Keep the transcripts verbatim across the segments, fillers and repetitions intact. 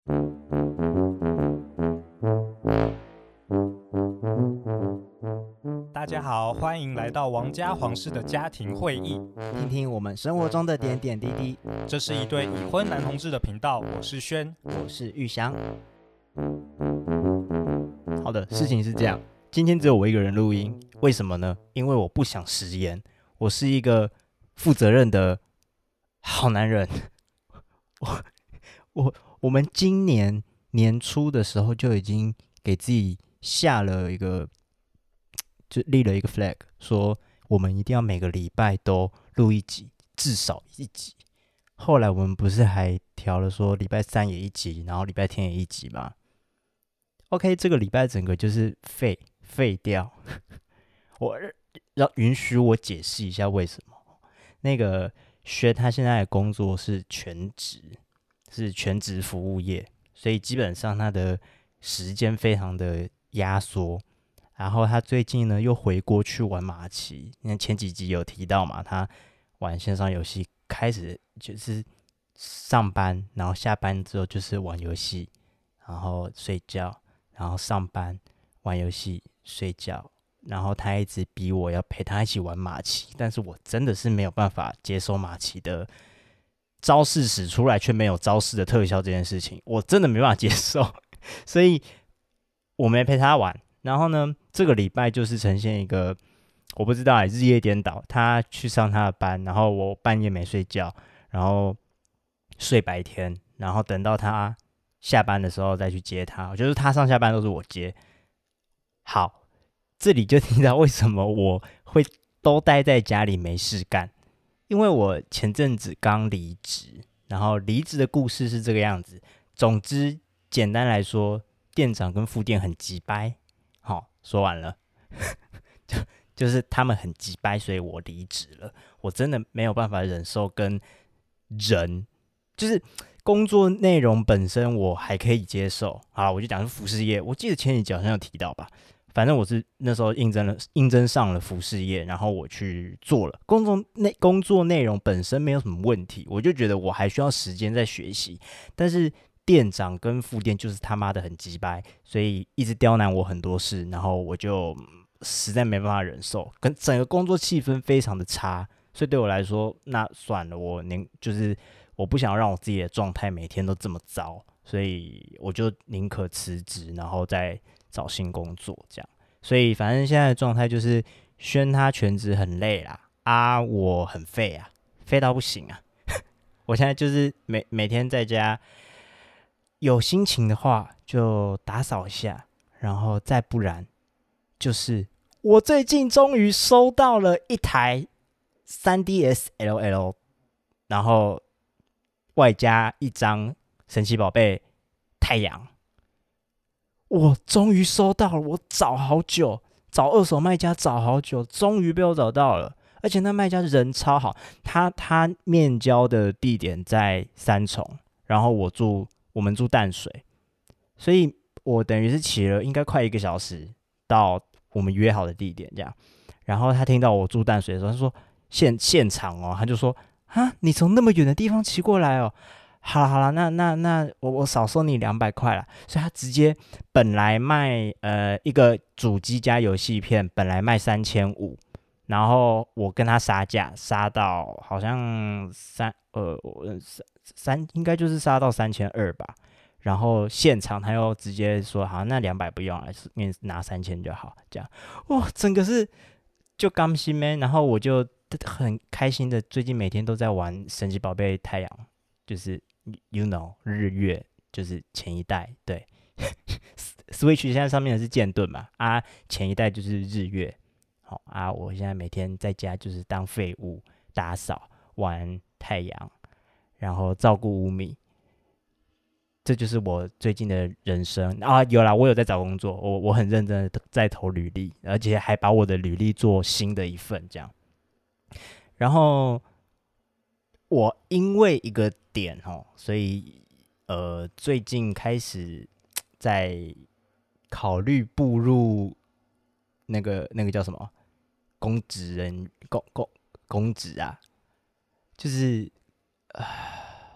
大家好，欢迎来到王家皇室的家庭会议， 听听我们生活中的点点滴滴。 这是一对已婚男同志的频道，我是轩， 我是玉祥。好的，事情是这样，今天只有我一个人录音，为什么呢？因为我不想食言，我是一个负责任的好男人。我我我们今年年初的时候就已经给自己下了一个，就立了一个 flag， 说我们一定要每个礼拜都录一集，至少一集。后来我们不是还调了说礼拜三也一集，然后礼拜天也一集吗 ？OK， 这个礼拜整个就是废废掉。我要允许我解释一下为什么。那个薛他现在的工作是全职，是全职服务业，所以基本上他的时间非常的压缩。然后他最近呢又回国去玩马奇，因为前几集有提到嘛，他玩线上游戏，开始就是上班，然后下班之后就是玩游戏，然后睡觉，然后上班玩游戏睡觉，然后他一直逼我要陪他一起玩马奇，但是我真的是没有办法接受马奇的招式使出来却没有招式的特效这件事情，我真的没办法接受，所以我没陪他玩。然后呢，这个礼拜就是呈现一个我不知道、欸、日夜颠倒，他去上他的班，然后我半夜没睡觉，然后睡白天，然后等到他下班的时候再去接他，就是他上下班都是我接。好，这里就听到为什么我会都待在家里没事干，因为我前阵子刚离职，然后离职的故事是这个样子。总之，简单来说，店长跟副店很急掰。好，说完了。就就是他们很急掰，所以我离职了。我真的没有办法忍受跟人，就是工作内容本身我还可以接受。好啦，我就讲是服饰业，我记得前几集好像有提到吧。反正我是那时候应征了，应征上了服饰业，然后我去做了工作内工作内容本身没有什么问题，我就觉得我还需要时间在学习，但是店长跟副店就是他妈的很鸡掰，所以一直刁难我很多事，然后我就实在没办法忍受，跟整个工作气氛非常的差，所以对我来说，那算了，我宁就是我不想让我自己的状态每天都这么糟，所以我就宁可辞职，然后再找新工作这样。所以反正现在的状态就是宣他全职很累啦，啊，我很废啊，废到不行啊。我现在就是每每天在家。有心情的话就打扫一下，然后再不然就是我最近终于收到了一台 三 D S L L， 然后外加一张神奇宝贝太阳，我终于收到了，我找好久，找二手卖家找好久，终于被我找到了。而且那卖家人超好，他他面交的地点在三重，然后我住。我们住淡水，所以我等于是骑了应该快一个小时到我们约好的地点这样。然后他听到我住淡水的时候，他说现现场哦，他就说啊，你从那么远的地方骑过来哦，好了好了，那那那我我少收你两百块啦。所以他直接本来卖呃一个主机加游戏片，本来卖三千五，然后我跟他杀价，杀到好像三呃三。三应该就是杀到三千二吧，然后现场他又直接说好，那两百不用了，你拿三千就好，这样哇，整个是就甘心咩，然后我就很开心的，最近每天都在玩神奇宝贝太阳，就是 you know 日月，就是前一代对，Switch 现在上面的是剑盾嘛，啊前一代就是日月，好啊，我现在每天在家就是当废物打扫玩太阳。然后照顾乌米，这就是我最近的人生啊！有啦，我有在找工作，我我很认真的在投履历，而且还把我的履历做新的一份这样。然后我因为一个点哦，所以呃最近开始在考虑步入那个那个叫什么公职人公公公职啊，就是。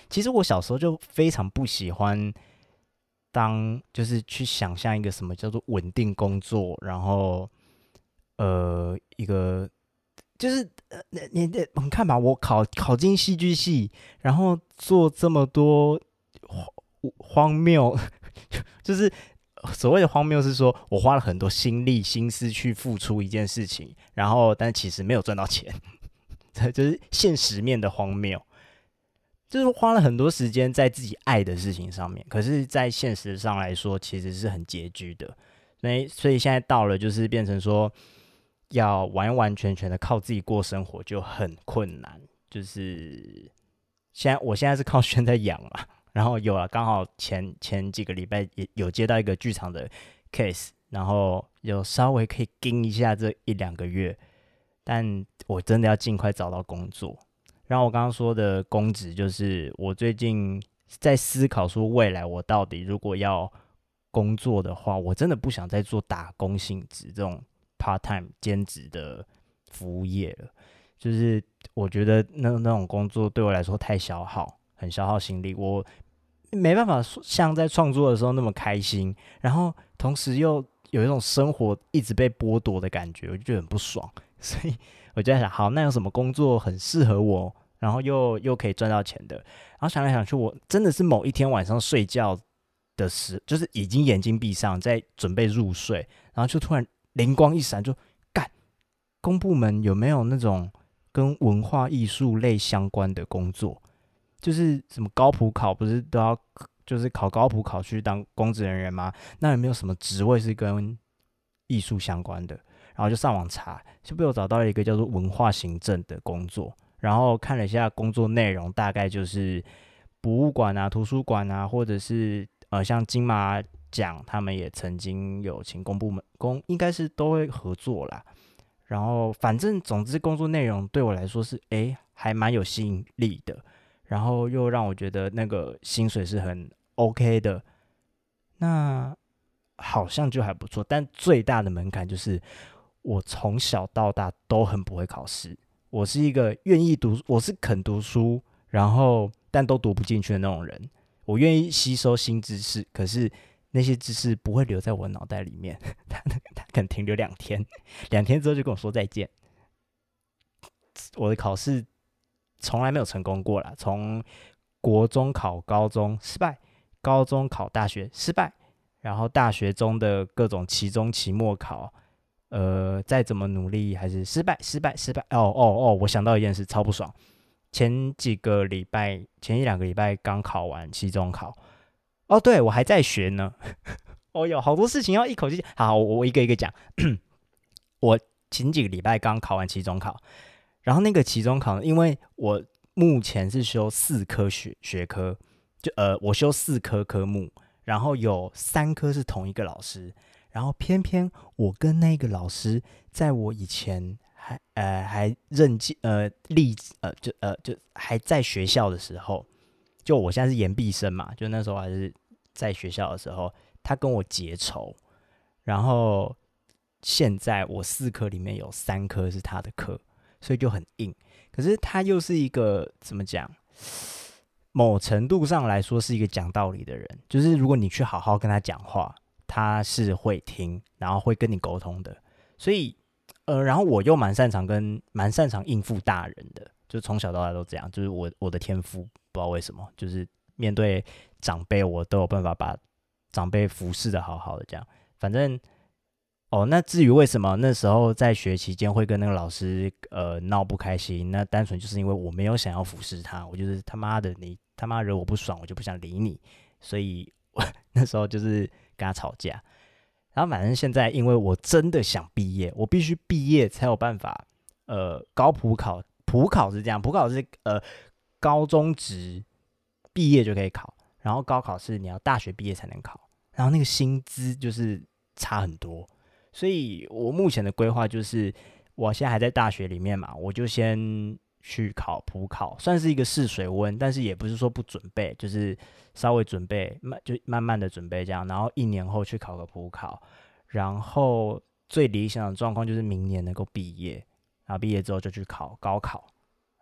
其实我小时候就非常不喜欢当就是去想象一个什么叫做稳定工作，然后呃一个就是呃你你你看吧，我考考进戏剧系，然后做这么多荒谬，就是所谓的荒谬是说我花了很多心力心思去付出一件事情，然后但其实没有赚到钱，这就是现实面的荒谬。就是花了很多时间在自己爱的事情上面，可是，在现实上来说，其实是很拮据的。所以，所以现在到了，就是变成说，要完完全全的靠自己过生活，就很困难。就是现在，我现在是靠轩在养嘛，然后有了，刚好前前几个礼拜也有接到一个剧场的 case， 然后有稍微可以盯一下这一两个月，但我真的要尽快找到工作。然后我刚刚说的公职，就是我最近在思考说，未来我到底如果要工作的话，我真的不想再做打工性质这种 part time 兼职的服务业了。就是我觉得那那种工作对我来说太消耗，很消耗心力，我没办法像在创作的时候那么开心，然后同时又有一种生活一直被剥夺的感觉，我就觉得很不爽。所以我就在想，好，那有什么工作很适合我，然后又又可以赚到钱的？然后想来想去，我真的是某一天晚上睡觉的时，就是已经眼睛闭上，在准备入睡，然后就突然灵光一闪，就干，公部门有没有那种跟文化艺术类相关的工作？就是什么高普考不是都要就是考高普考去当公职人员吗？那有没有什么职位是跟艺术相关的？然后就上网查，就被我找到了一个叫做文化行政的工作。然后看了一下工作内容，大概就是博物馆啊、图书馆啊，或者是呃像金马奖，他们也曾经有请公部门公，应该是都会合作啦。然后反正总之工作内容对我来说是诶还蛮有吸引力的，然后又让我觉得那个薪水是很 OK 的，那好像就还不错。但最大的门槛就是我从小到大都很不会考试，我是一个愿意读，我是肯读书，然后但都读不进去的那种人。我愿意吸收新知识，可是那些知识不会留在我脑袋里面，他他可能停留两天，两天之后就跟我说再见。我的考试从来没有成功过啦，从国中考高中失败，高中考大学失败，然后大学中的各种期中、期末考。呃，再怎么努力还是失败，失败，失败。哦哦哦，我想到一件事，超不爽。前几个礼拜，前一两个礼拜刚考完期中考。哦，对，我还在学呢。哦哟，好多事情要一口气。好，我我一个一个讲。我前几个礼拜刚考完期中考，然后那个期中考呢，因为我目前是修四科学学科，就呃，我修四科科目，然后有三科是同一个老师。然后偏偏我跟那个老师，在我以前还呃还任呃历呃就呃就还在学校的时候，就我现在是研毕生嘛，就那时候还是在学校的时候，他跟我结仇，然后现在我四科里面有三科是他的课，所以就很硬。可是他又是一个怎么讲？某程度上来说是一个讲道理的人，就是如果你去好好跟他讲话。他是会听，然后会跟你沟通的，所以，呃，然后我又蛮擅长跟蛮擅长应付大人的，就从小到大都这样，就是我我的天赋，不知道为什么，就是面对长辈，我都有办法把长辈服侍的好好的这样。反正，哦，那至于为什么那时候在学期间会跟那个老师呃闹不开心，那单纯就是因为我没有想要服侍他，我就是他妈的你他妈惹我不爽，我就不想理你，所以我那时候就是。跟他吵架，然后反正现在因为我真的想毕业，我必须毕业才有办法。呃，高普考，普考是这样，普考是呃高中职毕业就可以考，然后高考是你要大学毕业才能考，然后那个薪资就是差很多，所以我目前的规划就是，我现在还在大学里面嘛，我就先。去考普考，算是一个试水温，但是也不是说不准备，就是稍微准备，慢就慢慢的准备这样，然后一年后去考个普考，然后最理想的状况就是明年能够毕业，然后毕业之后就去考高考，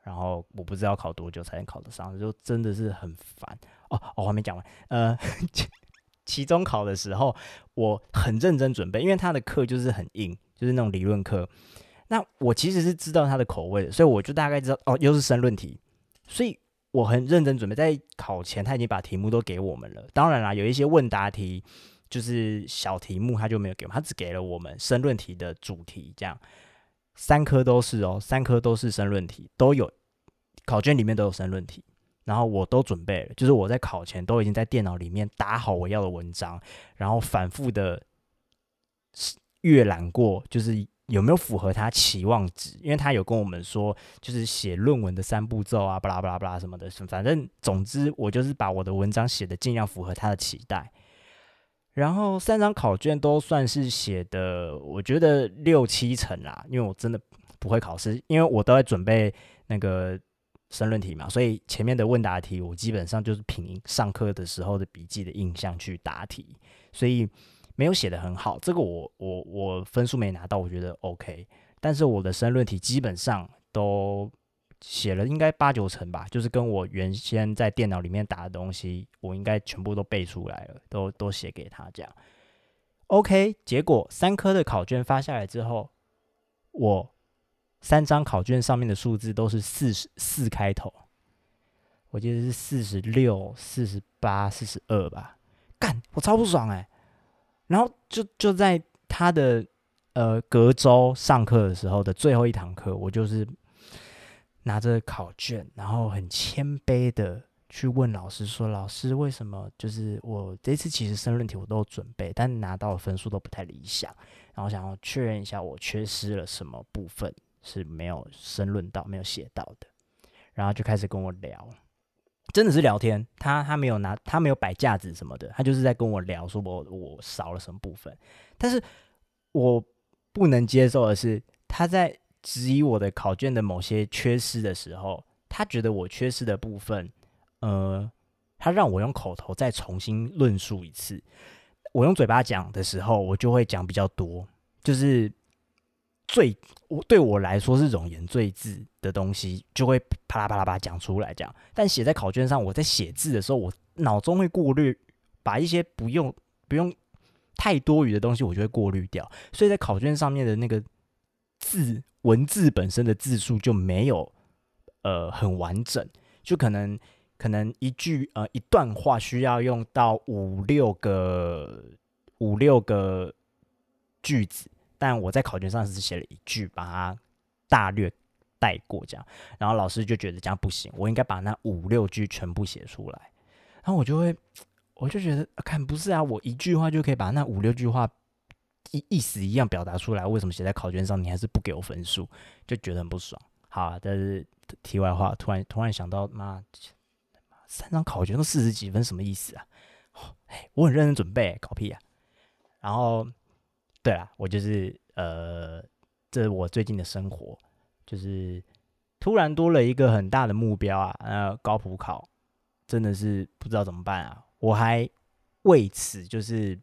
然后我不知道考多久才能考得上，就真的是很烦哦。哦，我还没讲完，呃，期中考的时候我很认真准备，因为他的课就是很硬，就是那种理论课。那我其实是知道他的口味的，所以我就大概知道哦，又是申论题，所以我很认真准备。在考前他已经把题目都给我们了，当然啦，有一些问答题就是小题目他就没有给我们，他只给了我们申论题的主题，这样三科都是哦，三科都是申论题，都有考卷里面都有申论题。然后我都准备了，就是我在考前都已经在电脑里面打好我要的文章，然后反复的阅览过，就是有没有符合他期望值，因为他有跟我们说，就是写论文的三步骤啊，巴拉巴拉巴拉什么的，反正总之我就是把我的文章写的尽量符合他的期待。然后三张考卷都算是写的，我觉得六七成啦，因为我真的不会考试，因为我都在准备那个申论题嘛，所以前面的问答题我基本上就是凭上课的时候的笔记的印象去答题，所以没有写得很好，这个我我我分数没拿到，我觉得 OK。但是我的申论题基本上都写了应该八九成吧，就是跟我原先在电脑里面打的东西，我应该全部都背出来了，都都写给他这样。OK， 结果三科的考卷发下来之后，我三张考卷上面的数字都是四十四开头，我记得是四十六、四十八、四十二吧。干，我超不爽哎、欸！然后就就在他的呃隔周上课的时候的最后一堂课，我就是拿着考卷，然后很谦卑的去问老师说：“老师，为什么就是我这次其实申论题我都有准备，但拿到的分数都不太理想，然后想要确认一下我缺失了什么部分。”是没有申论到、没有写到的，然后就开始跟我聊，真的是聊天。他他没有拿，他没有摆架子什么的，他就是在跟我聊，说我我少了什么部分。但是我不能接受的是，他在质疑我的考卷的某些缺失的时候，他觉得我缺失的部分，呃，他让我用口头再重新论述一次。我用嘴巴讲的时候，我就会讲比较多，就是最我对我来说是冗言赘字的东西，就会啪啦啪啦啪讲出来这样。但写在考卷上，我在写字的时候，我脑中会过滤，把一些不用不用太多余的东西，我就会过滤掉。所以在考卷上面的那个字文字本身的字数就没有呃很完整，就可能可能一句呃一段话需要用到五六个五六个句子。但我在考卷上是写了一句，把它大略带过这样，然后老师就觉得这样不行，我应该把那五六句全部写出来，然后我就会，我就觉得，啊、看不是啊，我一句话就可以把那五六句话意意思一样表达出来，为什么写在考卷上你还是不给我分数？就觉得很不爽。好、啊，但是题外话，突然突然想到，妈，三张考卷都四十几分，什么意思啊？哦、我很认真准备，搞屁啊！然后。对啦，我就是呃，这是我最近的生活，就是突然多了一个很大的目标啊，呃，高普考真的是不知道怎么办啊！我还为此就是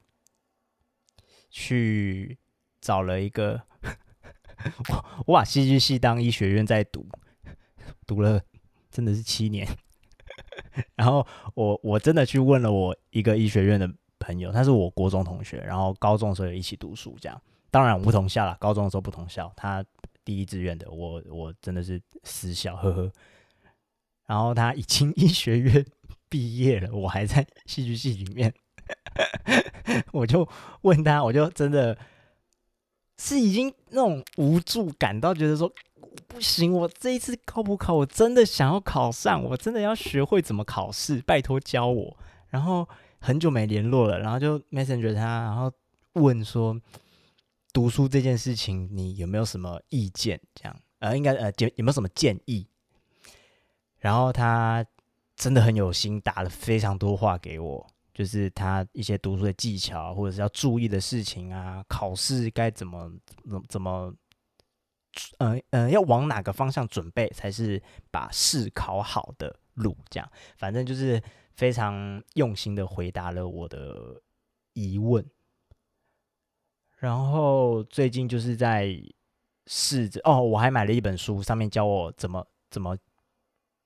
去找了一个，我我把戏剧系当医学院在读，读了真的是七年，然后我我真的去问了我一个医学院的朋友，他是我国中同学，然后高中的时候也一起读书，这样。当然我不同校啦，高中的时候不同校，他第一志愿的，我我真的是私校，呵呵。然后他已经医学院毕业了，我还在戏剧系里面，我就问他，我就真的是已经那种无助感到觉得说不行，我这一次高普考我真的想要考上，我真的要学会怎么考试，拜托教我。然后很久没联络了，然后就 Messenger 他，然后问说读书这件事情你有没有什么意见？这样呃，应该呃有没有什么建议？然后他真的很有心，打了非常多话给我，就是他一些读书的技巧，或者是要注意的事情啊，考试该怎么怎怎么，呃呃，要往哪个方向准备才是把试考好的路？这样，反正就是非常用心的回答了我的疑问。然后最近就是在试着哦，我还买了一本书，上面教我怎么怎么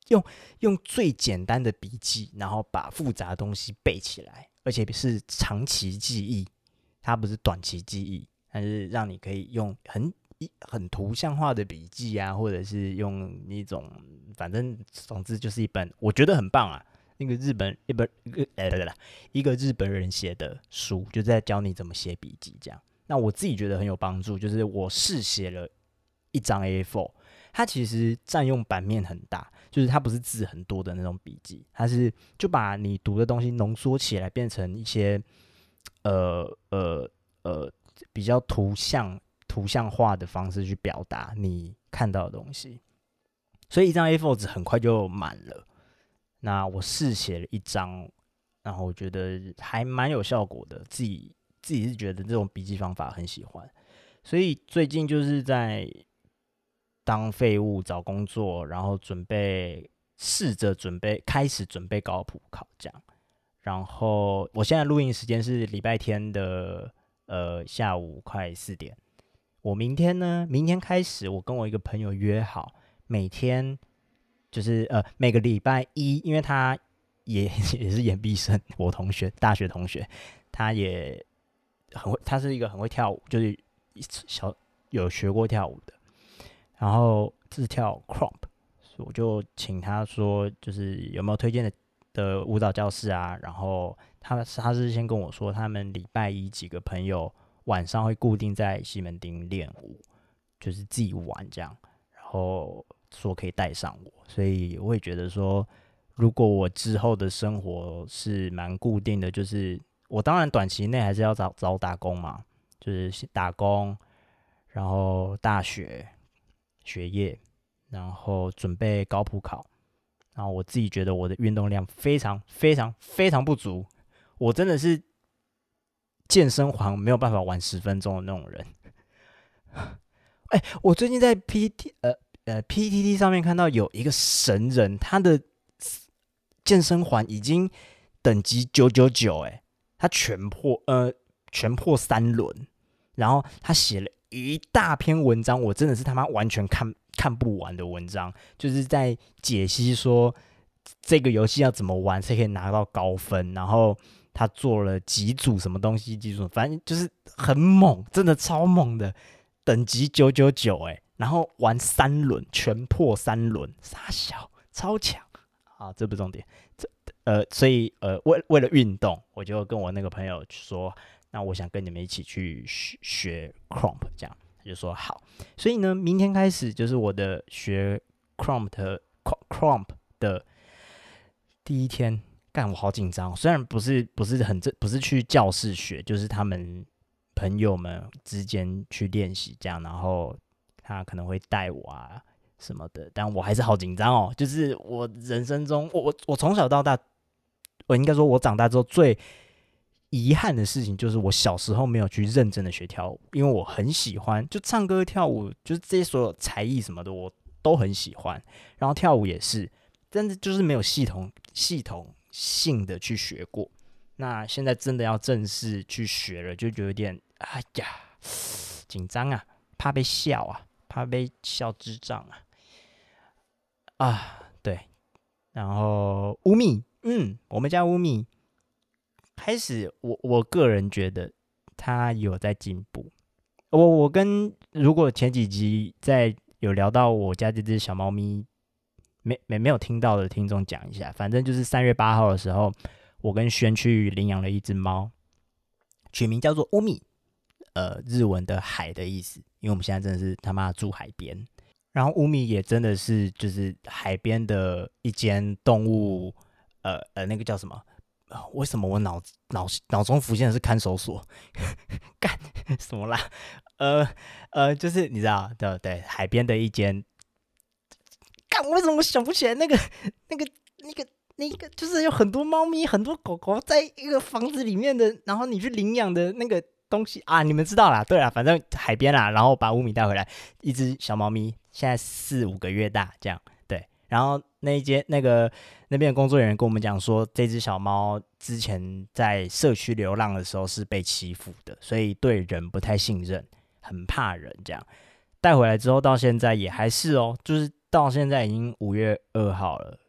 用用最简单的笔记，然后把复杂的东西背起来，而且是长期记忆，它不是短期记忆，它是让你可以用很很图像化的笔记啊，或者是用一种，反正总之就是一本我觉得很棒啊，那个日本一本一个呃一个日本人写的书，就在教你怎么写笔记这样。那我自己觉得很有帮助，就是我试写了一张 A 四， 它其实占用版面很大，就是它不是字很多的那种笔记，它是就把你读的东西浓缩起来，变成一些呃呃呃比较图像图像化的方式去表达你看到的东西，所以一张 A 四 纸很快就满了。那我试写了一张，然后我觉得还蛮有效果的，自己自己是觉得这种笔记方法很喜欢，所以最近就是在当废物找工作，然后准备试着准备开始准备高普考这样。然后我现在录音时间是礼拜天的呃下午快四点。我明天呢，明天开始我跟我一个朋友约好，每天就是呃每个礼拜一，因为他也也是研毕生，我同学大学同学，他也很会，他是一个很会跳舞，就是小有学过跳舞的，然后是跳 crump， 所以我就请他说，就是有没有推荐的的舞蹈教室啊？然后他他是先跟我说，他们礼拜一几个朋友晚上会固定在西门町练舞，就是自己玩这样，然后说可以带上我，所以我也觉得说，如果我之后的生活是蛮固定的，就是我当然短期内还是要找找打工嘛，就是打工，然后大学学业，然后准备高普考，然后我自己觉得我的运动量非常非常非常不足，我真的是健身环没有办法玩十分钟的那种人。哎、欸，我最近在 P T 呃呃 P T T 上面看到有一个神人，他的健身环已经等级九九九，哎，他全破呃全破三轮，然后他写了一大篇文章，我真的是他妈完全看看不完的文章，就是在解析说这个游戏要怎么玩才可以拿到高分，然后他做了几组什么东西，几组反正就是很猛，真的超猛的，等级九九九，哎，然后玩三轮，全破三轮，傻小，超强。好，这不是重点，这呃，所以呃，为为了运动，我就跟我那个朋友说，那我想跟你们一起去学学 crump， 这样他就说好。所以呢，明天开始就是我的学 crump 的 crump 的第一天，干我好紧张。虽然不是不是很不是去教室学，就是他们朋友们之间去练习这样，然后他可能会带我啊什么的，但我还是好紧张哦。就是我人生中，我我我从小到大，我应该说，我长大之后最遗憾的事情，就是我小时候没有去认真的学跳舞，因为我很喜欢，就唱歌、跳舞，就是这些所有才艺什么的，我都很喜欢。然后跳舞也是，但是就是没有系统系统性的去学过。那现在真的要正式去学了，就有点哎呀紧张啊，怕被笑啊，怕被笑智障啊。啊，对，然后乌米，嗯，我们家乌米开始，我我个人觉得他有在进步。我我跟如果前几集在有聊到我家这只小猫咪，没没没有听到的听众讲一下，反正就是三月八号的时候，我跟轩去领养了一只猫，取名叫做乌米，呃，日文的海的意思，因为我们现在真的是他妈住海边。然后乌米也真的是就是海边的一间动物，呃呃，那个叫什么？呃、为什么我脑脑脑中浮现的是看守所？干什么啦？呃呃，就是你知道，对对，海边的一间。干，为什么我想不起来那个那个那个那个，就是有很多猫咪、很多狗狗在一个房子里面的，然后你去领养的那个东西啊？你们知道啦，对啦，反正海边啦，然后把乌米带回来，一只小猫咪。现在四五个月大，这样对。然后那一间那个那边的工作人员跟我们讲说，这只小猫之前在社区流浪的时候是被欺负的，所以对人不太信任，很怕人。这样带回来之后，到现在也还是哦，就是到现在已经五月二号了，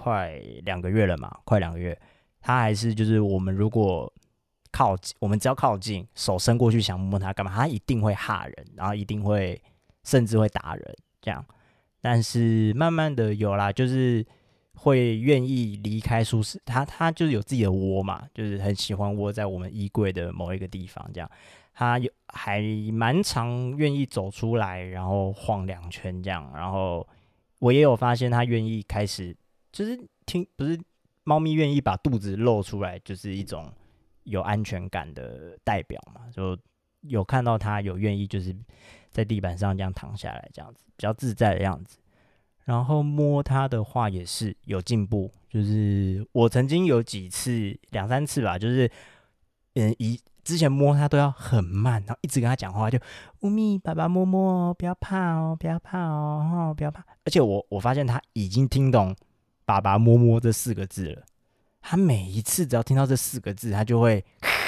快两个月了嘛，快两个月，他还是就是我们如果靠近，我们只要靠近，手伸过去想摸他干嘛，他一定会吓人，然后一定会甚至会打人这样。但是慢慢的有啦，就是会愿意离开舒适，他他就是有自己的窝嘛，就是很喜欢窝在我们衣柜的某一个地方这样。他有还蛮常愿意走出来，然后晃两圈这样。然后我也有发现他愿意开始，就是听不是猫咪愿意把肚子露出来，就是一种有安全感的代表嘛。就有看到他有愿意就是在地板上这样躺下来，这样子比较自在的样子。然后摸它的话也是有进步，就是我曾经有几次两三次吧，就是嗯以之前摸它都要很慢，然后一直跟它讲话，就乌咪爸爸摸摸哦，不要怕哦，不要怕哦，哦不要怕。而且我我发现它已经听懂爸爸摸摸这四个字了，它每一次只要听到这四个字，它就会，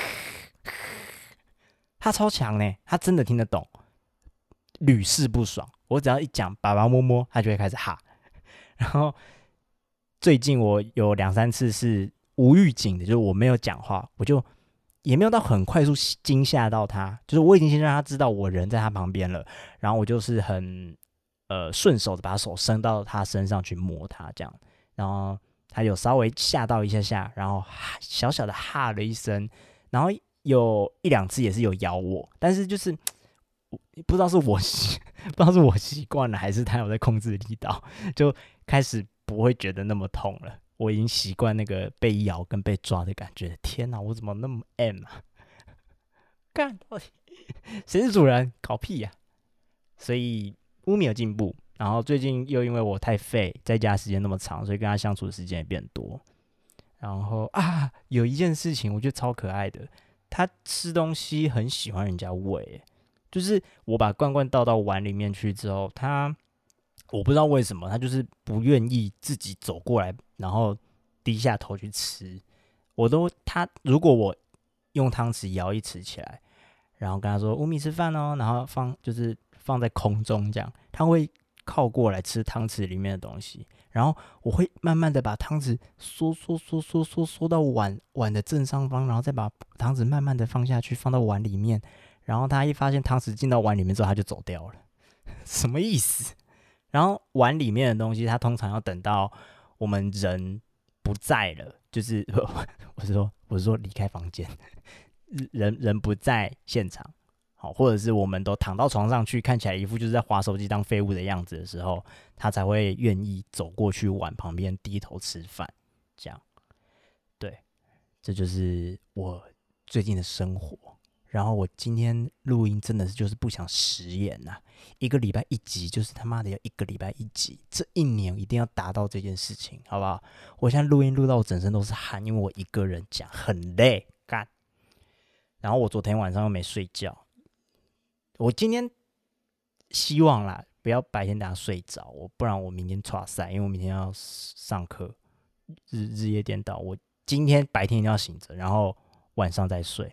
它超强呢，它真的听得懂，屡试不爽。我只要一讲爸爸摸摸，它就会开始哈。然后最近我有两三次是无预警的，就是我没有讲话，我就也没有到很快速惊吓到他，就是我已经先让他知道我人在他旁边了，然后我就是很呃顺手的把手伸到他身上去摸他这样，然后他有稍微吓到一下下，然后小小的哈了一声，然后有一两次也是有咬我，但是就是不知道是我习不知道是我习惯了，还是他有在控制力道，就开始不会觉得那么痛了。我已经习惯那个被咬跟被抓的感觉。天哪，我怎么那么 M 啊？干，到底谁是主人？搞屁呀、啊！所以乌米有进步，然后最近又因为我太废，在家时间那么长，所以跟他相处的时间也变多。然后啊，有一件事情我觉得超可爱的，他吃东西很喜欢人家喂，就是我把罐罐倒到碗里面去之后，他我不知道为什么，他就是不愿意自己走过来，然后低下头去吃。我都他如果我用汤匙舀一匙起来，然后跟他说乌米吃饭哦，然后放就是放在空中这样，他会靠过来吃汤匙里面的东西，然后我会慢慢的把汤匙缩缩缩缩缩缩到碗碗的正上方，然后再把汤匙慢慢的放下去，放到碗里面，然后他一发现汤匙进到碗里面之后，他就走掉了，什么意思？然后碗里面的东西，他通常要等到我们人不在了，就是我是说我是说离开房间，人人不在现场，好，或者是我们都躺到床上去，看起来一副就是在滑手机当废物的样子的时候，他才会愿意走过去碗旁边低头吃饭，这样，对，这就是我最近的生活。然后我今天录音真的是就是不想食言呐、啊，一个礼拜一集就是他妈的要一个礼拜一集，这一年一定要达到这件事情，好不好？我现在录音录到我整身都是汗，因为我一个人讲很累，干。然后我昨天晚上又没睡觉，我今天希望啦，不要白天等下睡着，我不然我明天剉赛，因为我明天要上课，日日夜颠倒，我今天白天一定要醒着，然后晚上再睡。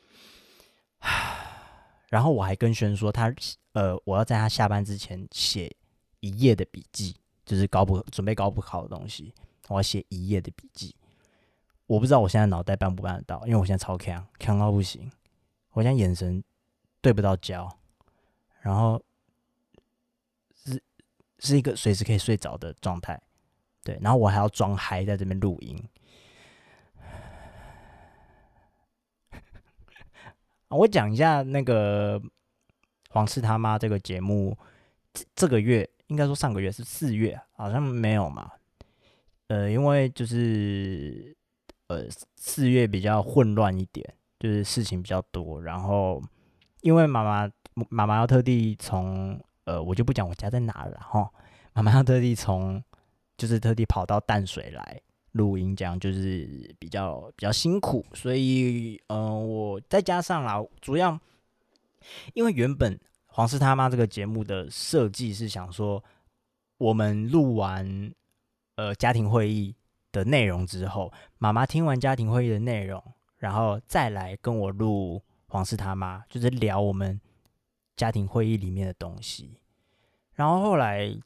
然后我还跟轩说他，呃，我要在他下班之前写一页的笔记，就是高补准备高补考的东西，我要写一页的笔记。我不知道我现在脑袋办不办得到，因为我现在超强，强到不行，我现在眼神对不到焦，然后是是一个随时可以睡着的状态，对，然后我还要装嗨在这边录音。我讲一下那个黄氏他妈这个节目，这这个月应该说上个月是四月，好像没有嘛。呃，因为就是呃四月比较混乱一点，就是事情比较多。然后因为妈妈妈妈要特地从呃我就不讲我家在哪了哈，妈妈要特地从就是特地跑到淡水来录音，这样就是比较比较辛苦，所以呃，我再加上啦，主要因为原本黄氏他妈这个节目的设计是想说，我们录完呃家庭会议的内容之后，妈妈听完家庭会议的内容，然后再来跟我录黄氏他妈，就是聊我们家庭会议里面的东西。然后后来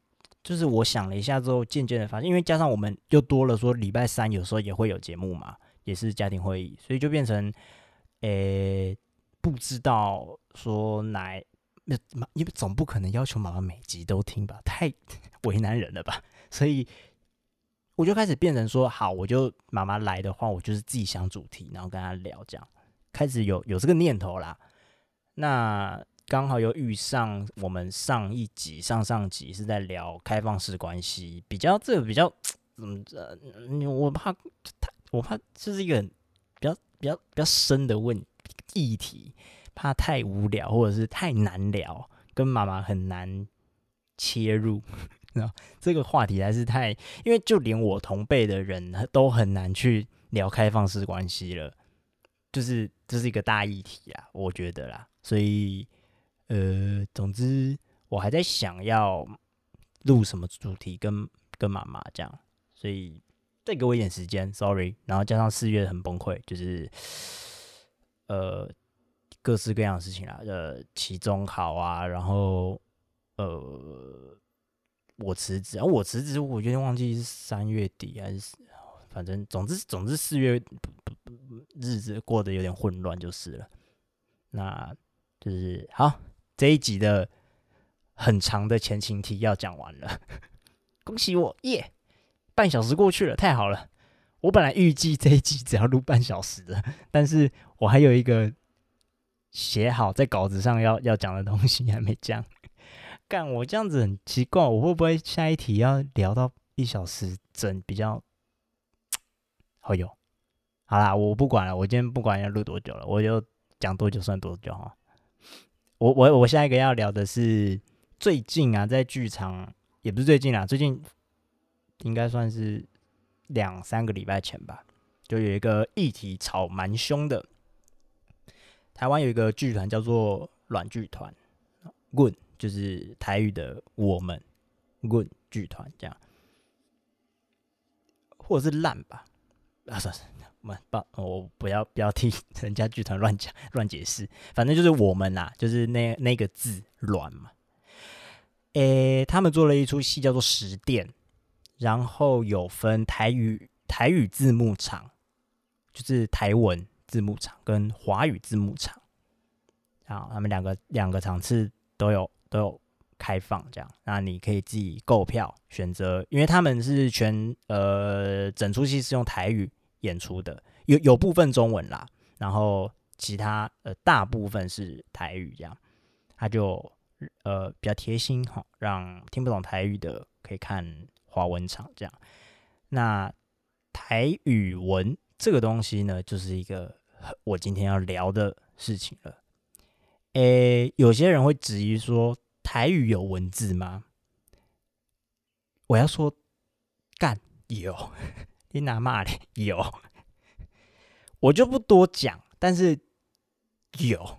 就是我想了一下之后，渐渐的发现，因为加上我们又多了说礼拜三有时候也会有节目嘛，也是家庭会议，所以就变成，诶，不知道说哪，因为总不可能要求妈妈每集都听吧，太为难人了吧，所以我就开始变成说，好，我就妈妈来的话，我就是自己想主题，然后跟她聊，这样开始有有这个念头啦。那刚好又遇上我们上一集、上上集是在聊开放式关系，比较这个比较，嗯呃，我怕我怕这是一个比较比较比较深的问议题，怕太无聊或者是太难聊，跟妈妈很难切入。这个话题还是太，因为就连我同辈的人都很难去聊开放式关系了，就是这是一个大议题啦，我觉得啦，所以呃，总之我还在想要录什么主题跟跟妈妈这样，所以再给我一点时间 ，sorry， 然后加上四月很崩溃，就是呃各式各样的事情啦，呃期中考啊，然后呃。我辞职，啊，我辞职，我有点忘记是三月底还是，反正总之总之四月日子过得有点混乱就是了。那就是好，这一集的很长的前情提要讲完了，恭喜我耶！半小时过去了，太好了。我本来预计这一集只要录半小时的，但是我还有一个写好在稿子上要要讲的东西还没讲。干我这样子很奇怪，我会不会下一题要聊到一小时整比较好有？好啦，我不管了，我今天不管要录多久了，我就讲多久算多久哈。我我我下一个要聊的是最近啊，在剧场也不是最近啦，最近应该算是两三个礼拜前吧，就有一个议题吵蛮凶的。台湾有一个剧团叫做软剧团，滚。就是台语的我们滚剧团这样，或者是烂吧，啊，算是我不，我不要不要替人家剧团乱讲乱解释，反正就是我们啦，就是那那个字软嘛。诶，他们做了一出戏叫做《十殿》，然后有分台语台语字幕场，就是台文字幕场跟华语字幕场，啊，他们两个两个场次都有。都有开放这样，那你可以自己购票选择，因为他们是全呃整出戏是用台语演出的，有有部分中文啦，然后其他呃大部分是台语这样，他就呃比较贴心哈，让听不懂台语的可以看华文场这样。那台语文这个东西呢，就是一个我今天要聊的事情了。诶，有些人会质疑说，台语有文字吗？我要说，干有，你哪骂嘞？有，我就不多讲，但是有，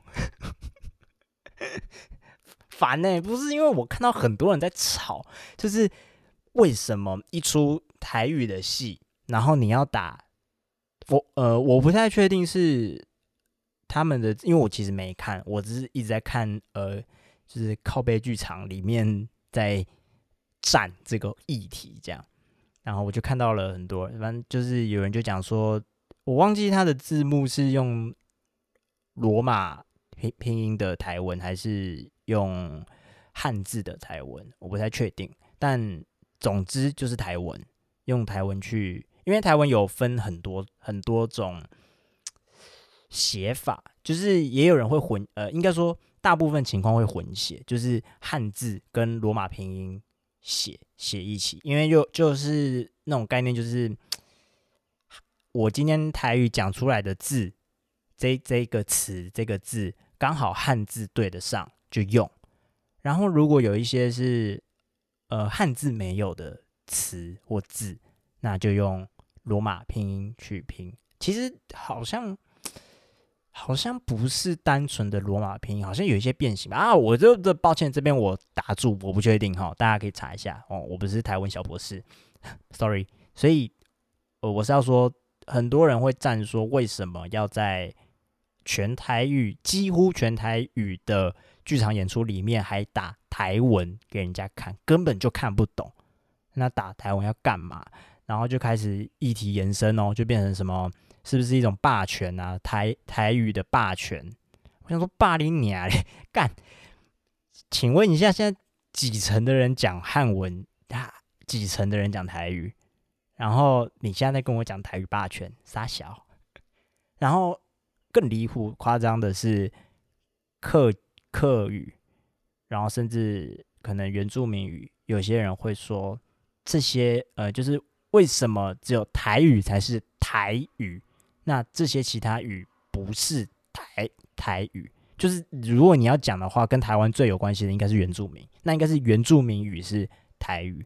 烦呢、欸，不是因为我看到很多人在吵，就是为什么一出台语的戏，然后你要打我呃，我不太确定是。他们的，因为我其实没看，我只是一直在看，呃，就是靠背剧场里面在战这个议题这样，然后我就看到了很多，反正就是有人就讲说，我忘记他的字幕是用罗马拼拼音的台文还是用汉字的台文，我不太确定，但总之就是台文，用台文去，因为台文有分很多很多种。写法就是也有人会混，呃，应该说大部分情况会混写，就是汉字跟罗马拼音写写一起，因为就就是那种概念，就是我今天台语讲出来的字，这这个词这个字刚好汉字对得上就用，然后如果有一些是呃汉字没有的词或字，那就用罗马拼音去拼。其实好像。好像不是单纯的罗马拼音，好像有一些变形吧。啊，我这这抱歉，这边我打住，我不确定哈，大家可以查一下哦。我不是台文小博士，sorry。所以，呃，我是要说，很多人会赞说，为什么要在全台语、几乎全台语的剧场演出里面还打台文给人家看，根本就看不懂。 那打台湾要干嘛？然后就开始议题延伸哦，就变成什么，是不是一种霸权啊？台台语的霸权，我想说霸凌你啊，干！请问一下，现在几成的人讲汉文，啊、几成的人讲台语？然后你现在在跟我讲台语霸权，傻小。然后更离谱、夸张的是客客语，然后甚至可能原住民语，有些人会说这些呃，就是为什么只有台语才是台语？那这些其他语不是台台语？就是如果你要讲的话，跟台湾最有关系的应该是原住民，那应该是原住民语是台语。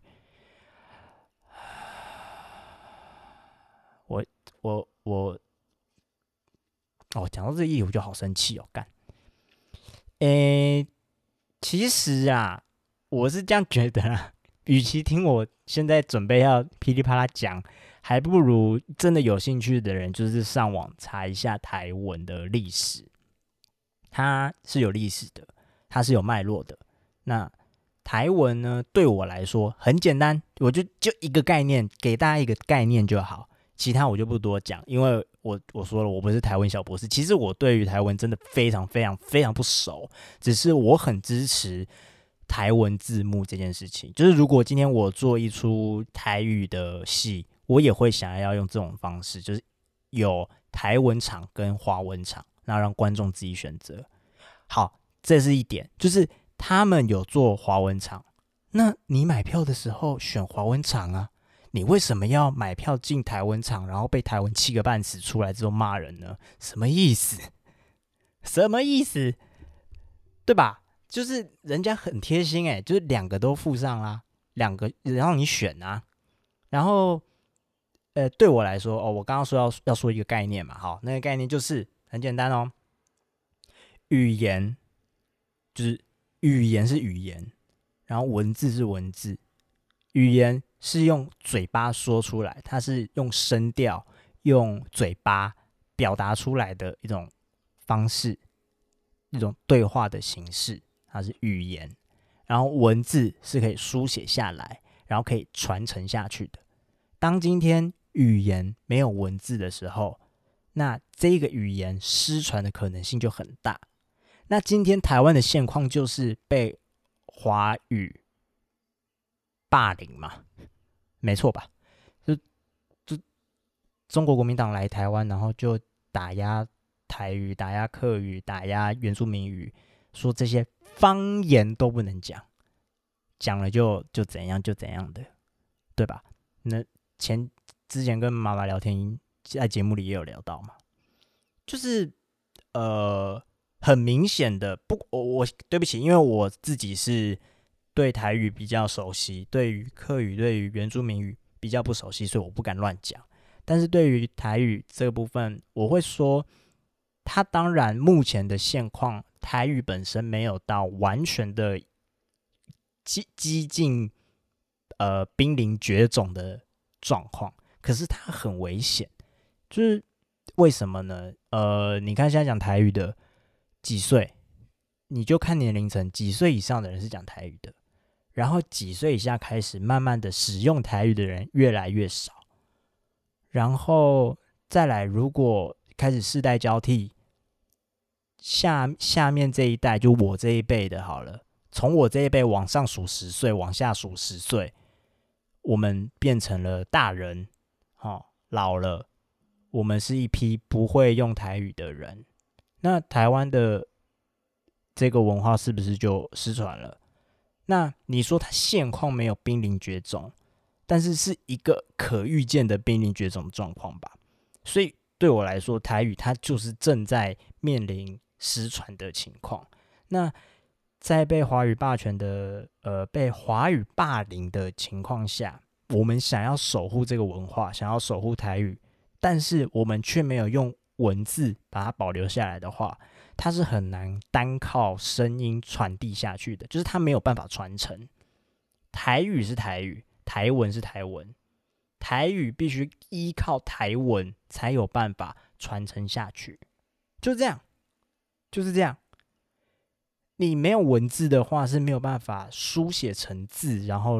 我我我，哦，讲到这个议题我就好生气哦，干。诶，其实啊，我是这样觉得啦，与其听我现在准备要噼里啪啦讲，还不如真的有兴趣的人，就是上网查一下台文的历史，它是有历史的，它是有脉络的。那台文呢，对我来说很简单，我就就一个概念，给大家一个概念就好。其他我就不多讲，因为我我说了，我不是台文小博士。其实我对于台文真的非常非常非常不熟，只是我很支持台文字幕这件事情。就是如果今天我做一出台语的戏，我也会想要用这种方式，就是有台文场跟华文场，那让观众自己选择。好，这是一点，就是他们有做华文场，那你买票的时候选华文场啊。你为什么要买票进台文场，然后被台文气个半死，出来之后骂人呢？什么意思？什么意思？对吧？就是人家很贴心哎、欸，就是两个都附上啦，两个让你选啊。然后，呃，对我来说，哦，我刚刚说要要说一个概念嘛，好，那个概念就是很简单哦，语言就是语言是语言，然后文字是文字，语言是用嘴巴说出来，它是用声调、用嘴巴表达出来的一种方式，一种对话的形式，它是语言。然后文字是可以书写下来，然后可以传承下去的。当今天语言没有文字的时候，那这个语言失传的可能性就很大。那今天台湾的现况就是被华语霸凌嘛，没错吧？就就中国国民党来台湾，然后就打压台语、打压客语、打压原住民语，说这些方言都不能讲，讲了就就怎样就怎样的，对吧？那前之前跟妈妈聊天，在节目里也有聊到嘛，就是呃很明显的不，我我对不起，因为我自己是对台语比较熟悉，对于客语、对于原住民语比较不熟悉，所以我不敢乱讲。但是对于台语这个部分，我会说，它当然目前的现况，台语本身没有到完全的激激进，呃濒临绝种的状况，可是它很危险，就是为什么呢？呃，你看现在讲台语的几岁，你就看年龄层，几岁以上的人是讲台语的，然后几岁以下开始慢慢的使用台语的人越来越少，然后再来，如果开始世代交替，下下面这一代就我这一辈的好了，从我这一辈往上数十岁，往下数十岁，我们变成了大人，哦，老了，我们是一批不会用台语的人，那台湾的这个文化是不是就失传了？那你说它现况没有濒临绝种，但是是一个可预见的濒临绝种的状况吧？所以对我来说，台语它就是正在面临失传的情况。那在被华语霸权的呃被华语霸凌的情况下，我们想要守护这个文化，想要守护台语，但是我们却没有用文字把它保留下来的话，它是很难单靠声音传递下去的，就是它没有办法传承。台语是台语，台文是台文，台语必须依靠台文才有办法传承下去，就这样，就是这样。你没有文字的话是没有办法书写成字，然后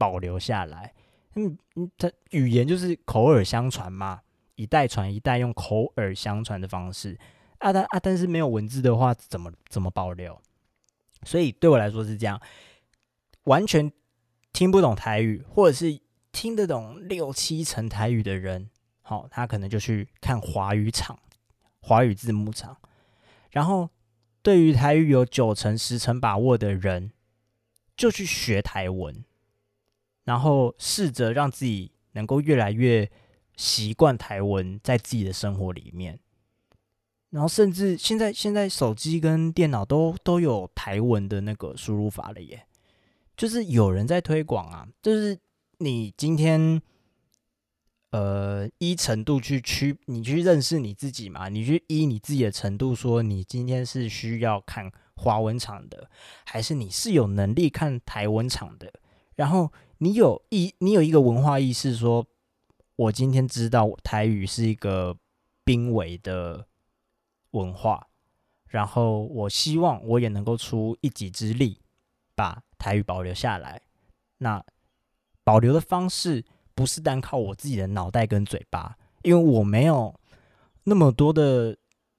保留下来。嗯，它语言就是口耳相传嘛，一代传一代，用口耳相传的方式啊，但啊，但是没有文字的话，怎么怎么保留？所以对我来说是这样，完全听不懂台语，或者是听得懂六七成台语的人，好、哦，他可能就去看华语场、华语字幕场，然后对于台语有九成、十成把握的人，就去学台文。然后试着让自己能够越来越习惯台文在自己的生活里面，然后甚至现在现在手机跟电脑都都有台文的那个输入法了耶，就是有人在推广啊，就是你今天呃依程度去区，你去认识你自己嘛，你去依你自己的程度说，你今天是需要看华文场的，还是你是有能力看台文场的，然后。你有意，你有一个文化意识说，说我今天知道台语是一个濒危的文化，然后我希望我也能够出一己之力，把台语保留下来。那保留的方式不是单靠我自己的脑袋跟嘴巴，因为我没有那么多的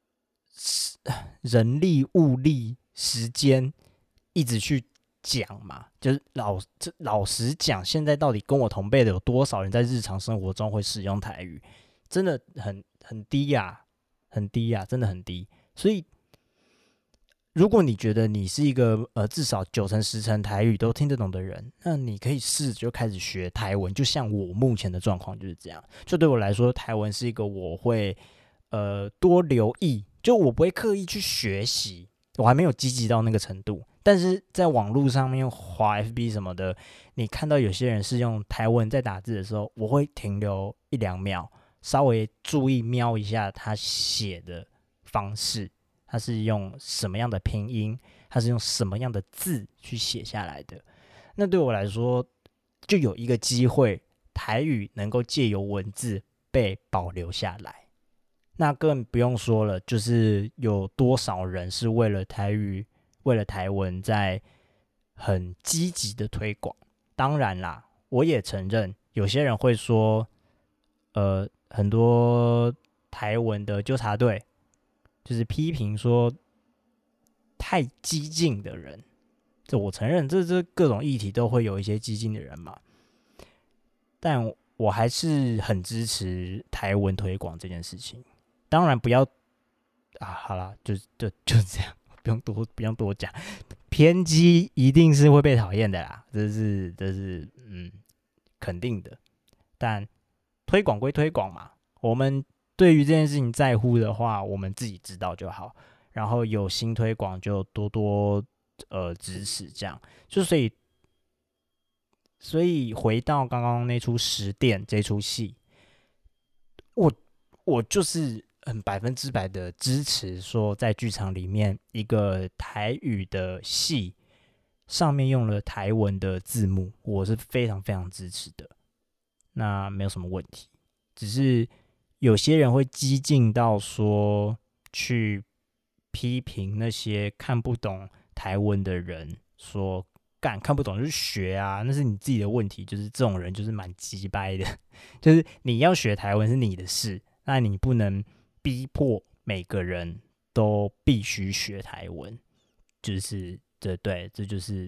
人力、物力、时间一直去。讲嘛，就是老老实讲，现在到底跟我同辈的有多少人在日常生活中会使用台语？真的很很低呀、啊，很低呀、啊，真的很低。所以，如果你觉得你是一个呃至少九成十成台语都听得懂的人，那你可以试着就开始学台文。就像我目前的状况就是这样。就对我来说，台文是一个我会呃多留意，就我不会刻意去学习，我还没有积极到那个程度。但是在网络上面滑 F B 什么的，你看到有些人是用台文在打字的时候，我会停留一两秒，稍微注意瞄一下他写的方式，他是用什么样的拼音，他是用什么样的字去写下来的。那对我来说，就有一个机会，台语能够借由文字被保留下来。那更不用说了，就是有多少人是为了台语。为了台文在很积极的推广，当然啦，我也承认有些人会说，呃，很多台文的纠察队就是批评说太激进的人，这我承认，这这各种议题都会有一些激进的人嘛，但我还是很支持台文推广这件事情。当然不要啊，好啦，就就就这样。不用多，不用多讲，偏激一定是会被讨厌的啦，这是这是嗯肯定的。但推广归推广嘛，我们对于这件事情在乎的话，我们自己知道就好。然后有心推广就多多呃支持，这样就所以所以回到刚刚那出十殿这出戏，我我就是。很百分之百的支持，说在剧场里面一个台语的戏上面用了台文的字幕，我是非常非常支持的。那没有什么问题，只是有些人会激进到说去批评那些看不懂台文的人，说干看不懂就学啊，那是你自己的问题。就是这种人就是蛮鸡掰的，就是你要学台文是你的事，那你不能。逼迫每个人都必须学台文，就是这对，这就是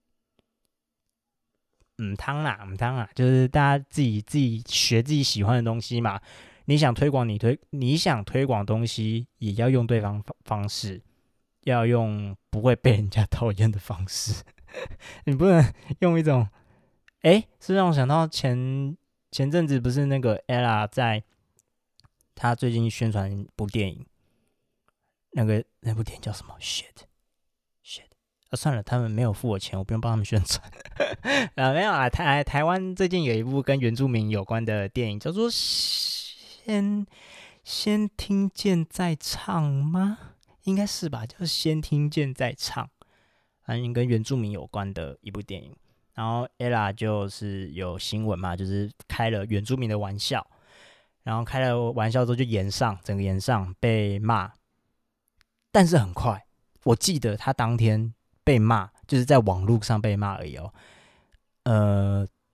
嗯汤啦，嗯汤啦，就是大家自己自己学自己喜欢的东西嘛。你想推广你推，你想推广东西，也要用对方方式，要用不会被人家讨厌的方式。你不能用一种，哎、欸，是让我想到前前阵子不是那个 Ella 在。他最近宣传一部电影，那个那部电影叫什么 ？shit shit 啊，算了，他们没有付我钱，我不用帮他们宣传。啊，没有啊，台台湾最近有一部跟原住民有关的电影，叫做《先先听见再唱》吗？应该是吧，叫《先听见再唱》，反正跟原住民有关的一部电影。然后 Ella 就是有新闻嘛，就是开了原住民的玩笑。然后开了玩笑之后就延上，整个延上被骂，但是很快，我记得他当天被骂，就是在网络上被骂而已哦。呃，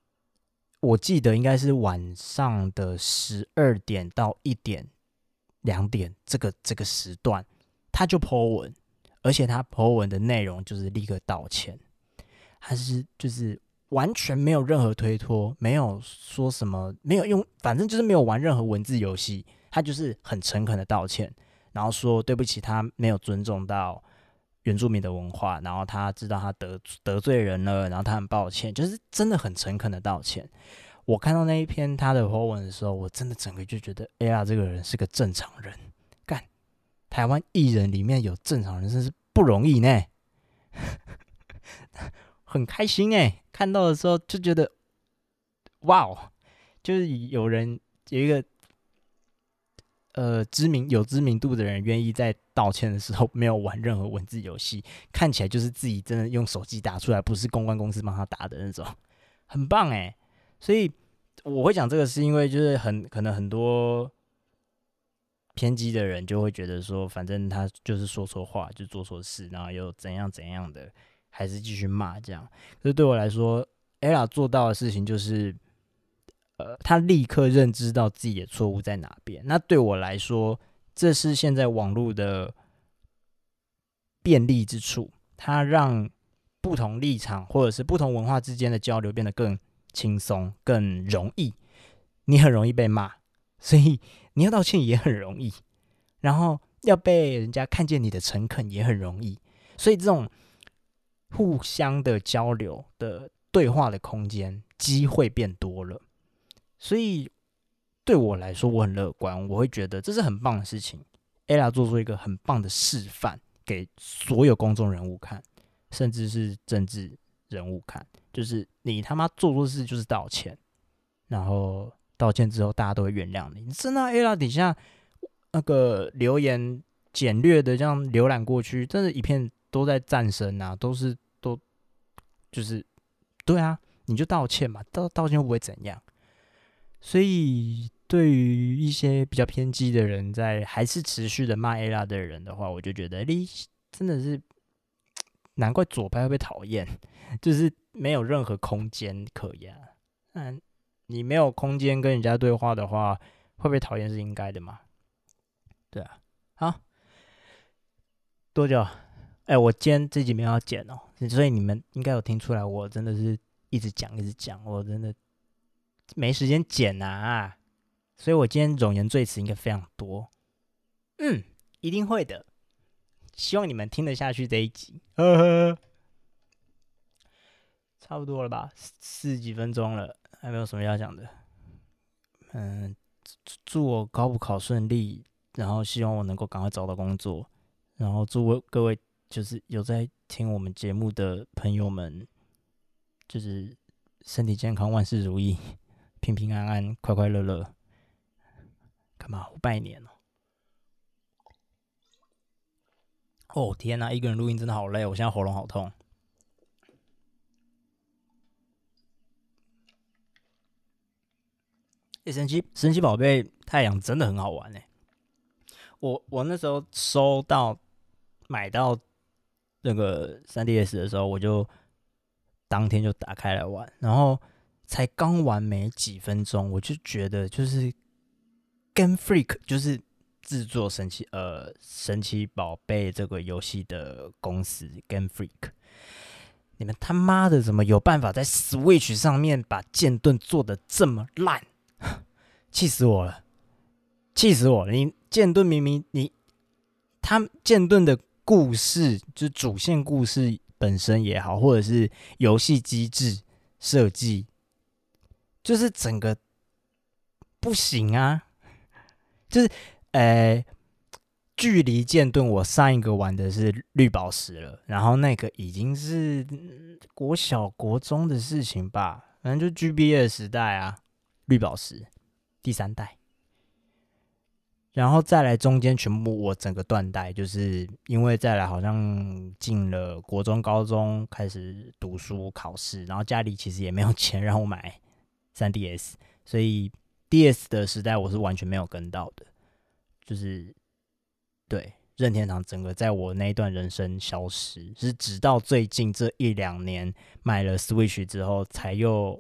我记得应该是晚上的十二点到一点、两点这个这个时段，他就 po 文，而且他 po 文的内容就是立刻道歉，他是就是完全没有任何推脱，没有说什么，没有用，反正就是没有玩任何文字游戏，他就是很诚恳的道歉，然后说对不起，他没有尊重到原住民的文化，然后他知道他 得, 得罪人了，然后他很抱歉，就是真的很诚恳的道歉。我看到那一篇他的 po 文的时候，我真的整个就觉得 Ella 这个人是个正常人，干，台湾艺人里面有正常人真是不容易呢。很开心哎，看到的时候就觉得哇哦，就是有人有一个呃知名有知名度的人愿意在道歉的时候没有玩任何文字游戏，看起来就是自己真的用手机打出来，不是公关公司帮他打的那种，很棒哎。所以我会讲这个是因为就是很可能很多偏激的人就会觉得说，反正他就是说错话，就做错事，然后又怎样怎样的，还是继续骂这样。可是对我来说 ，Ella 做到的事情就是，呃，他立刻认知到自己的错误在哪边。那对我来说，这是现在网络的便利之处，它让不同立场或者是不同文化之间的交流变得更轻松、更容易。你很容易被骂，所以你要道歉也很容易，然后要被人家看见你的诚恳也很容易。所以这种互相的交流的对话的空间机会变多了，所以对我来说我很乐观，我会觉得这是很棒的事情。 Ella 做出一个很棒的示范给所有公众人物看，甚至是政治人物看，就是你他妈做错事就是道歉，然后道歉之后大家都会原谅你。你真的 Ella 底下那个留言简略的这样浏览过去，真的一片都在赞声啊，都是都就是对啊，你就道歉嘛，道道歉会不会怎样？所以对于一些比较偏激的人，在还是持续的骂 Ella 的人的话，我就觉得你真的是难怪左派会被讨厌，就是没有任何空间可言。嗯，你没有空间跟人家对话的话，会被讨厌是应该的嘛？对啊，好，多久？哎、欸，我今天这集没有要剪哦，所以你们应该有听出来，我真的是一直讲一直讲，我真的没时间剪啊，所以我今天冗言赘词应该非常多。嗯，一定会的，希望你们听得下去这一集。呵呵，差不多了吧，四十几分钟了，还没有什么要讲的。嗯，祝我高补考顺利，然后希望我能够赶快找到工作，然后祝我各位就是有在听我们节目的朋友们，就是身体健康，万事如意，平平安安，快快乐乐。干嘛？我拜年哦！哦天哪，一个人录音真的好累，我现在喉咙好痛。欸、神奇神奇宝贝太阳真的很好玩哎！我我那时候收到买到那个 三 D S 的时候，我就当天就打开来玩，然后才刚玩没几分钟，我就觉得就是 Game Freak 就是制作神奇呃神奇宝贝这个游戏的公司 Game Freak， 你们他妈的怎么有办法在 Switch 上面把剑盾做得这么烂？气死我了！气死我了！你剑盾明明你他剑盾的故事，就是主线故事本身也好，或者是游戏机制设计，就是整个不行啊！就是呃，距离剑盾我上一个玩的是绿宝石了，然后那个已经是、嗯、国小国中的事情吧，反正就 G B A 的时代啊，绿宝石第三代。然后再来中间全部我整个断代，就是因为再来好像进了国中高中开始读书考试，然后家里其实也没有钱让我买 三 D S， 所以 D S 的时代我是完全没有跟到的，就是对任天堂整个在我那一段人生消失，是直到最近这一两年买了 Switch 之后才又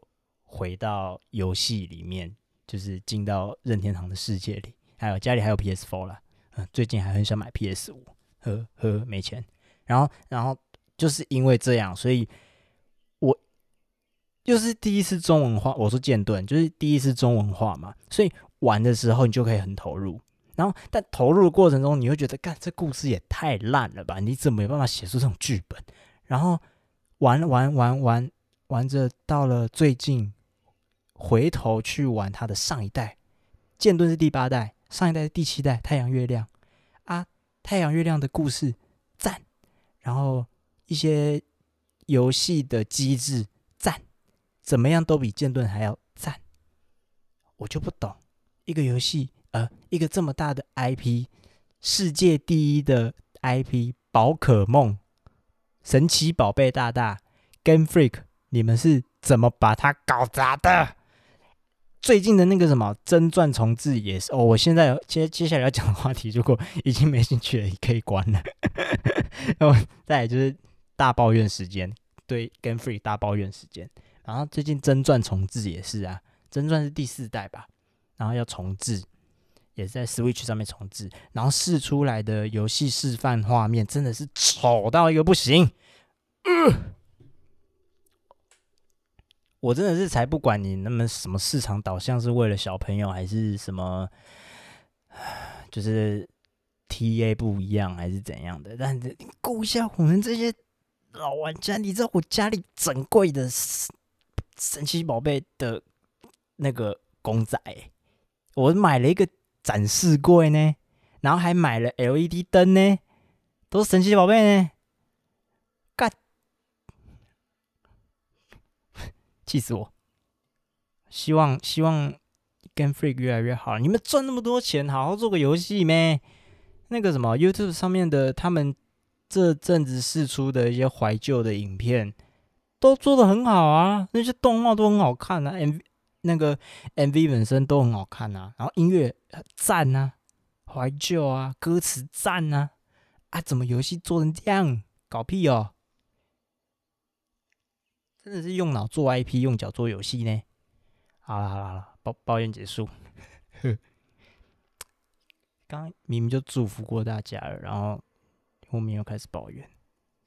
回到游戏里面，就是进到任天堂的世界里。还有家里还有 P S 四 啦，嗯，最近还很想买 P S 五，呵呵，没钱。然后，然后就是因为这样，所以我又是第一次中文化。我说剑盾就是第一次中文化嘛，所以玩的时候你就可以很投入。然后，但投入的过程中，你会觉得，干这故事也太烂了吧？你怎么有办法写出这种剧本？然后玩玩玩玩玩着，到了最近，回头去玩它的上一代，剑盾是第八代，上一代是第七代，太阳月亮啊，太阳月亮的故事赞，然后一些游戏的机制赞，怎么样都比剑盾还要赞。我就不懂，一个游戏。呃，一个这么大的 I P， 世界第一的 I P， 宝可梦、神奇宝贝大大、Game Freak， 你们是怎么把它搞砸的？最近的那个什么真传重置也是哦，我现在接接下来要讲的话题，如果已经没兴趣了，也可以关了。然后再来就是大抱怨时间，对 Game Freak 大抱怨时间。然后最近真传重置也是啊，真传是第四代吧，然后要重置。也是在 Switch 上面重置，然后试出来的游戏示范画面真的是丑到一个不行。呃、我真的是才不管你那么什么市场导向是为了小朋友，还是什么，就是 T A 不一样，还是怎样的。但你顾一下我们这些老玩家，你知道我家里整柜的神奇宝贝的那个公仔，我买了一个展示柜呢，然后还买了 L E D 灯呢，都是神奇宝贝呢，干，气死我！希望希望 Game Freak 越来越好，你们赚那么多钱，好好做个游戏咩？那个什么 YouTube 上面的，他们这阵子释出的一些怀旧的影片，都做得很好啊，那些动画都很好看啊 ，M V 那个 M V 本身都很好看啊，然后音乐赞啊，怀旧啊，歌词赞啊，啊，怎么游戏做成这样？搞屁哦！真的是用脑做 I P， 用脚做游戏呢。好了好了好了，抱抱怨结束。刚刚明明就祝福过大家了，然后后面又开始抱怨。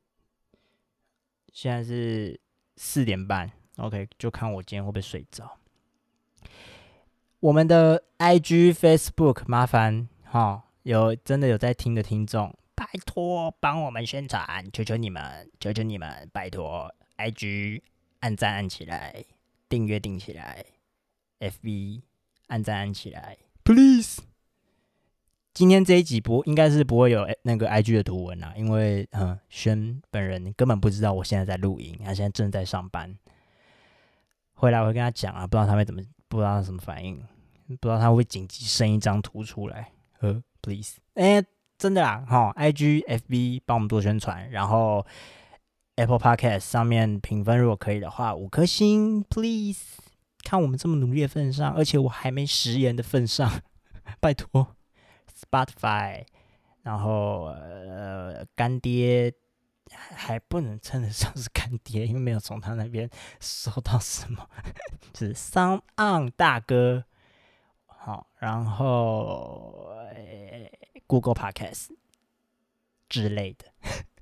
现在是四点半 ，OK， 就看我今天会不会睡着。我们的 I G、Facebook， 麻烦哈，有真的有在听的听众，拜托帮我们宣传，求求你们，求求你们，拜托 I G 按赞按起来，订阅订起来 ，F B 按赞按起来 ，please。今天这一集不应该是不会有那个 I G 的图文啦，因为嗯，轩本人根本不知道我现在在录音，他现在正在上班。回来我会跟他讲啊，不知道他会怎么，不知道他什么反应，不知道他会不会紧急生一张图出来。呃 ，please， 哎、欸，真的啦，哈 ，I G、F B 帮我们做宣传，然后 Apple Podcast 上面评分如果可以的话，五颗星 ，please。看我们这么努力的份上，而且我还没食言的份上，拜托。Spotify， 然后呃干爹还不能称得上是干爹，因为没有从他那边收到什么，就是 Sound On 大哥，好，然后、呃、Google Podcast 之类的，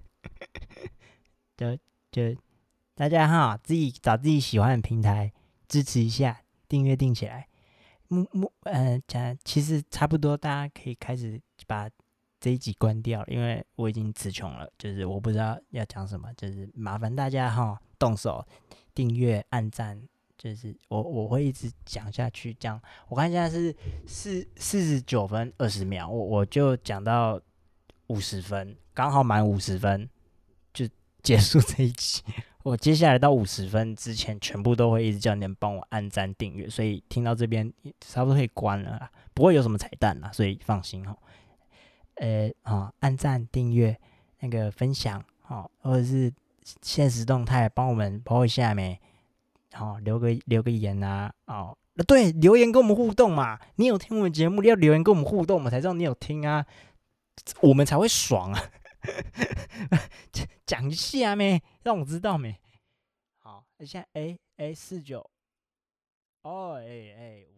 就就大家哈自己找自己喜欢的平台支持一下，订阅订起来。目目呃讲，其实差不多，大家可以开始把这一集关掉了，因为我已经词穷了，就是我不知道要讲什么，就是麻烦大家哈动手订阅、按赞，就是我我会一直讲下去，这样我看现在是四四十九分二十秒，我我就讲到五十分，刚好满五十分就结束这一集。我接下来到五十分之前，全部都会一直叫你们帮我按赞订阅，所以听到这边差不多可以关了啦，不会有什么彩蛋啦，所以放心哈。呃啊，按赞订阅那个分享好，或者是限时动态帮我们 po 一下没？好，留个留个言啊，哦，对，留言跟我们互动嘛。你有听我们节目，要留言跟我们互动，我们才知道你有听啊，我们才会爽啊。讲一下没，让我知道没。好，现在哎哎四九哦，哎哎，